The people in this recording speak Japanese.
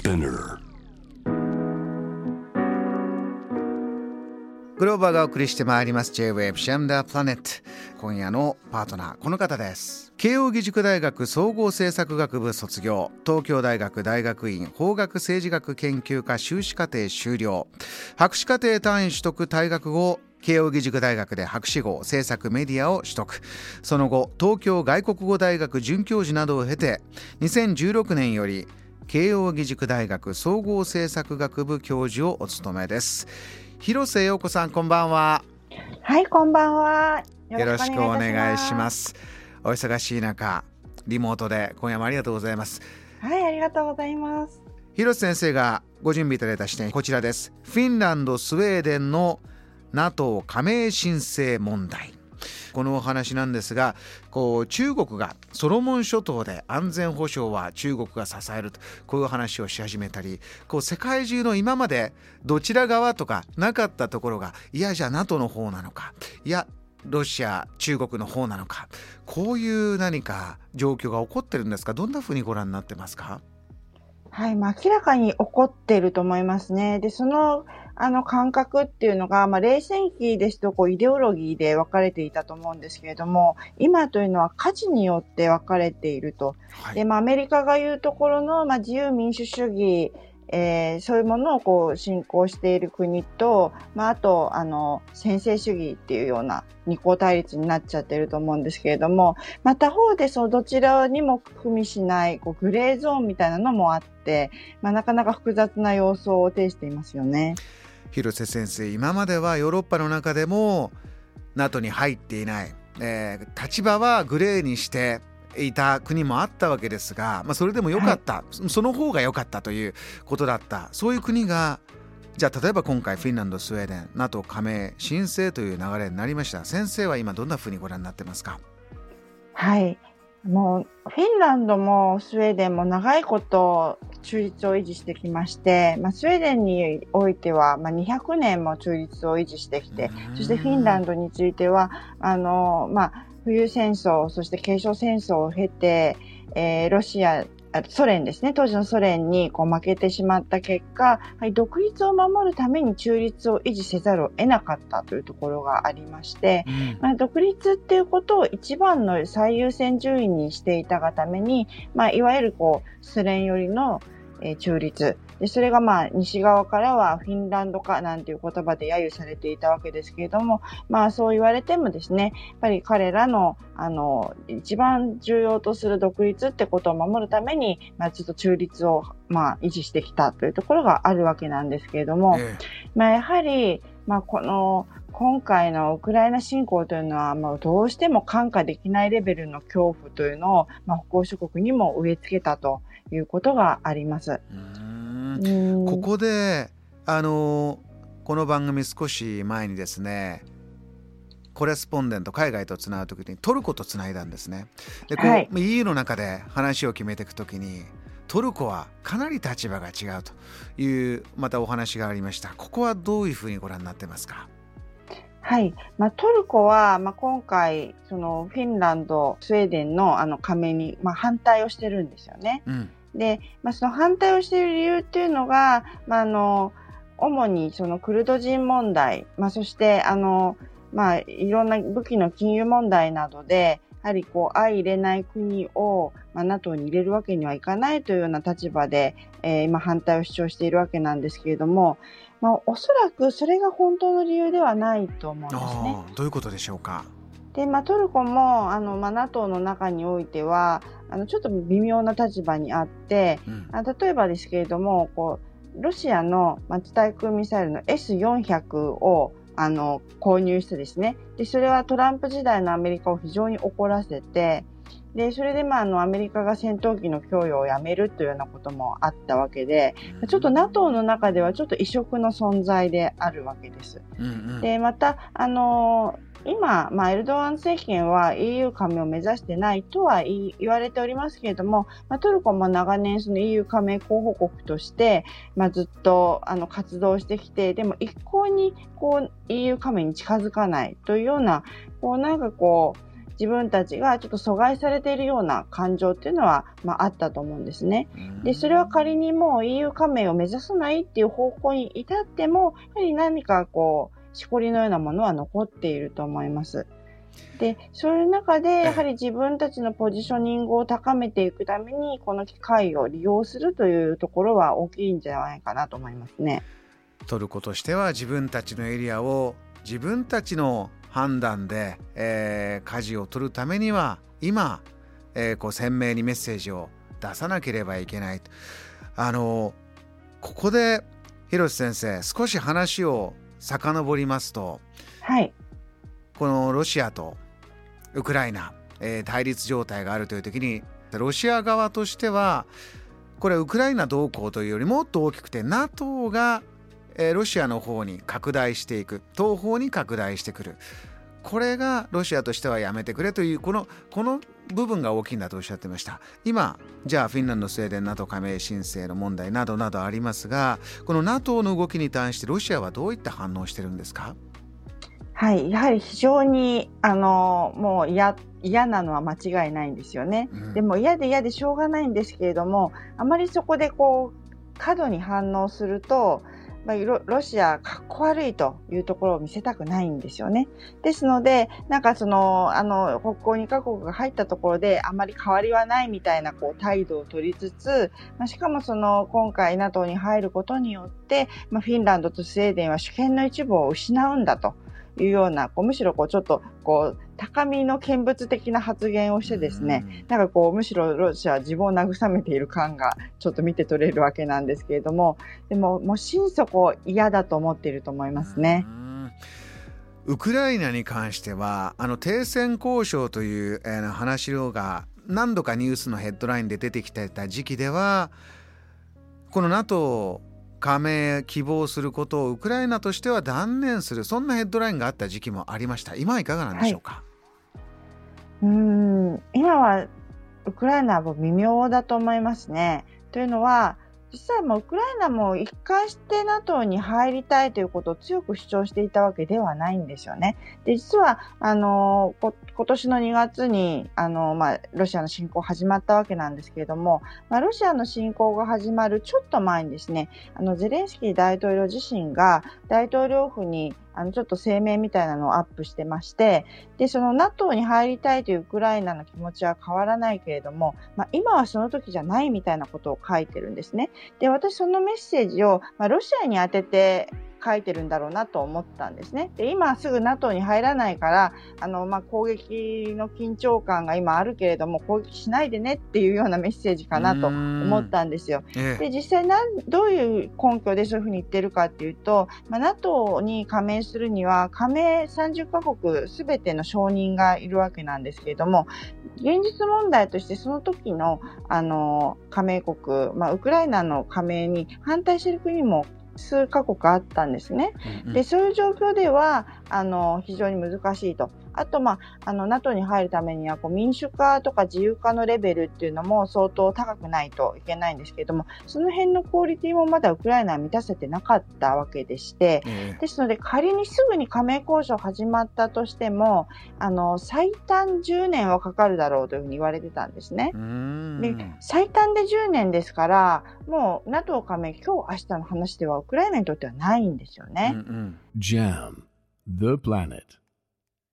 Spinner。 グローバーがお送りしてまいります J-Wave Sham the Planet。 今夜のパートナーこの方です。慶應義塾大学総合政策学部卒業、東京大学大学院法学政治学研究科修士課程修了、博士課程単位取得退学後、慶應義塾大学で博士号政策メディアを取得。その後東京外国語大学准教授などを経て、2016年より慶應義塾大学総合政策学部教授をお務めです。広瀬陽子さん、こんばんは。 はい、こんばんは。 よろしくお願いします。お忙しい中リモートで今夜もありがとうございます。 はい、ありがとうございます。 広瀬先生がご準備いただいた視点、こちらです。フィンランドスウェーデンの NATO 加盟申請問題。このお話なんですが、中国がソロモン諸島で安全保障は中国が支えると、こういう話をし始めたり、世界中の今までどちら側とかなかったところが、いやじゃあ NATO の方なのか、いやロシア中国の方なのか、こういう何か状況が起こってるんですか？どんなふうにご覧になってますか？ はい、明らかに起こっていると思いますね。で、その感覚っていうのが、冷戦期ですとイデオロギーで分かれていたと思うんですけれども、今というのは価値によって分かれていると。 はい、 で、アメリカが言うところの、自由民主主義、そういうものを信仰している国と、あと専制主義っていうような二項対立になっちゃってると思うんですけれども、他方でそのどちらにも踏みしないグレーゾーンみたいなのもあって、なかなか複雑な様相を呈していますよね。 広瀬先生、今まではヨーロッパの中でも NATO に入っていない、立場はグレーにしていた国もあったわけですが、それでも良かった、はい、その方が良かったということだった。そういう国が、じゃあ例えば今回フィンランドスウェーデン NATO 加盟申請という流れになりました。先生は今どんなふうにご覧になってますか？ はい、もうフィンランドもスウェーデンも長いこと中立を維持してきまして、スウェーデンにおいては200年も中立を維持してきて、そしてフィンランドについては冬戦争、そして継承戦争を経て、ソ連ですね、当時のソ連に負けてしまった結果、独立を守るために中立を維持せざるを得なかったというところがありまして、独立っていうことを一番の最優先順位にしていたがために、いわゆるソ連寄りの中立で、それが西側からはフィンランド化なんていう言葉で揶揄されていたわけですけれども、そう言われてもですね、やっぱり彼らの一番重要とする独立ってことを守るために、ずっと中立を維持してきたというところがあるわけなんですけれども、やはり今回のウクライナ侵攻というのは、どうしても看過できないレベルの恐怖というのを、北欧諸国にも植え付けたということがあります。 ここでこの番組少し前にですね、コレスポンデント海外とつなぐときにトルコとつないだんですね。でEU の中で話を決めていくときにトルコはかなり立場が違うというまたお話がありました。ここはどういうふうにご覧になってますか？ はい、トルコは、今回そのフィンランド、スウェーデンの加盟に、反対をしてるんですよね。で、その反対をしている理由っていうのが、主にそのクルド人問題、そしていろんな武器の禁輸問題などで、やはり相入れない国を、NATO に入れるわけにはいかないというような立場で、今反対を主張しているわけなんですけれども、おそらくそれが本当の理由ではないと思うんですね。 どういうことでしょうか？ で、トルコもNATO の中においてはちょっと微妙な立場にあって、例えばですけれども、ロシアの地対空ミサイルの S400 を購入してですね、でそれはトランプ時代のアメリカを非常に怒らせて、でそれでアメリカが戦闘機の供与をやめるというようなこともあったわけで、ちょっと NATO の中ではちょっと異色の存在であるわけです。でまた今、エルドアン政権は EU 加盟を目指してないとは言われておりますけれども、トルコも長年その EU 加盟候補国として、ずっと活動してきて、でも一向にEU 加盟に近づかないというような、 自分たちがちょっと阻害されているような感情っていうのは、あったと思うんですね。で、それは仮にもう EU 加盟を目指さないっていう方向に至っても、やはり何かしこりのようなものは残っていると思います。で、そういう中でやはり自分たちのポジショニングを高めていくためにこの機会を利用するというところは大きいんじゃないかなと思いますね。 トルコとしては自分たちのエリアを自分たちの判断で、舵を取るためには今、鮮明にメッセージを出さなければいけない。ここで広瀬先生、少し話を遡りますと、 はい、 このロシアとウクライナ、対立状態があるという時にロシア側としてはこれウクライナ同行というよりもっと大きくて NATO が、ロシアの方に拡大していく、東方に拡大してくる、これがロシアとしてはやめてくれというこの部分が大きいんだとおっしゃってました。今じゃあフィンランド、スウェーデン NATO 加盟申請の問題などなどありますが、この NATO の動きに対してロシアはどういった反応をしてるんですか？ はい、やはり非常にもう嫌なのは間違いないんですよね。でも嫌でしょうがないんですけれども、あまりそこで過度に反応すると、ロシアかっこ悪いというところを見せたくないんですよね。ですので、北欧2カ国が入ったところであまり変わりはないみたいな態度を取りつつ、しかも今回 NATO に入ることによって、フィンランドとスウェーデンは主権の一部を失うんだというような、むしろちょっと高みの見物的な発言をしてですね、むしろロシアは自分を慰めている感がちょっと見て取れるわけなんですけれども、でももう心底嫌だと思っていると思いますね。 ウクライナに関しては停戦交渉という話が何度かニュースのヘッドラインで出てきてた時期では、この NATO加盟希望することをウクライナとしては断念する、そんなヘッドラインがあった時期もありました。今はいかがなんでしょうか？ 今はウクライナは微妙だと思いますね。というのは、実はもうウクライナも一貫して NATO に入りたいということを強く主張していたわけではないんですよね。で、実は今年の2月にロシアの侵攻始まったわけなんですけれども、ロシアの侵攻が始まるちょっと前にですね、ゼレンスキー大統領自身が大統領府にちょっと声明みたいなのをアップしてまして、で、その NATO に入りたいというウクライナの気持ちは変わらないけれども、今はその時じゃないみたいなことを書いてるんですね。で、私そのメッセージを、ロシアに当てて書いてるんだろうなと思ったんですね。で、今すぐ NATO に入らないから攻撃の緊張感が今あるけれども攻撃しないでねっていうようなメッセージかなと思ったんですよ。で、実際どういう根拠でそういうふうに言ってるかっていうと、NATO に加盟するには加盟30カ国すべての承認がいるわけなんですけれども、現実問題としてその時の加盟国、ウクライナの加盟に反対している国も数カ国あったんですね。で、そういう状況では非常に難しいと。あと、NATO に入るためには民主化とか自由化のレベルっていうのも相当高くないといけないんですけれども、その辺のクオリティもまだウクライナは満たせてなかったわけでして、ですので仮にすぐに加盟交渉始まったとしても最短10年はかかるだろうというふうに言われてたんですね。で、最短で10年ですから、もう NATO 加盟今日明日の話ではウクライナにとってはないんですよね。 JAM The Planet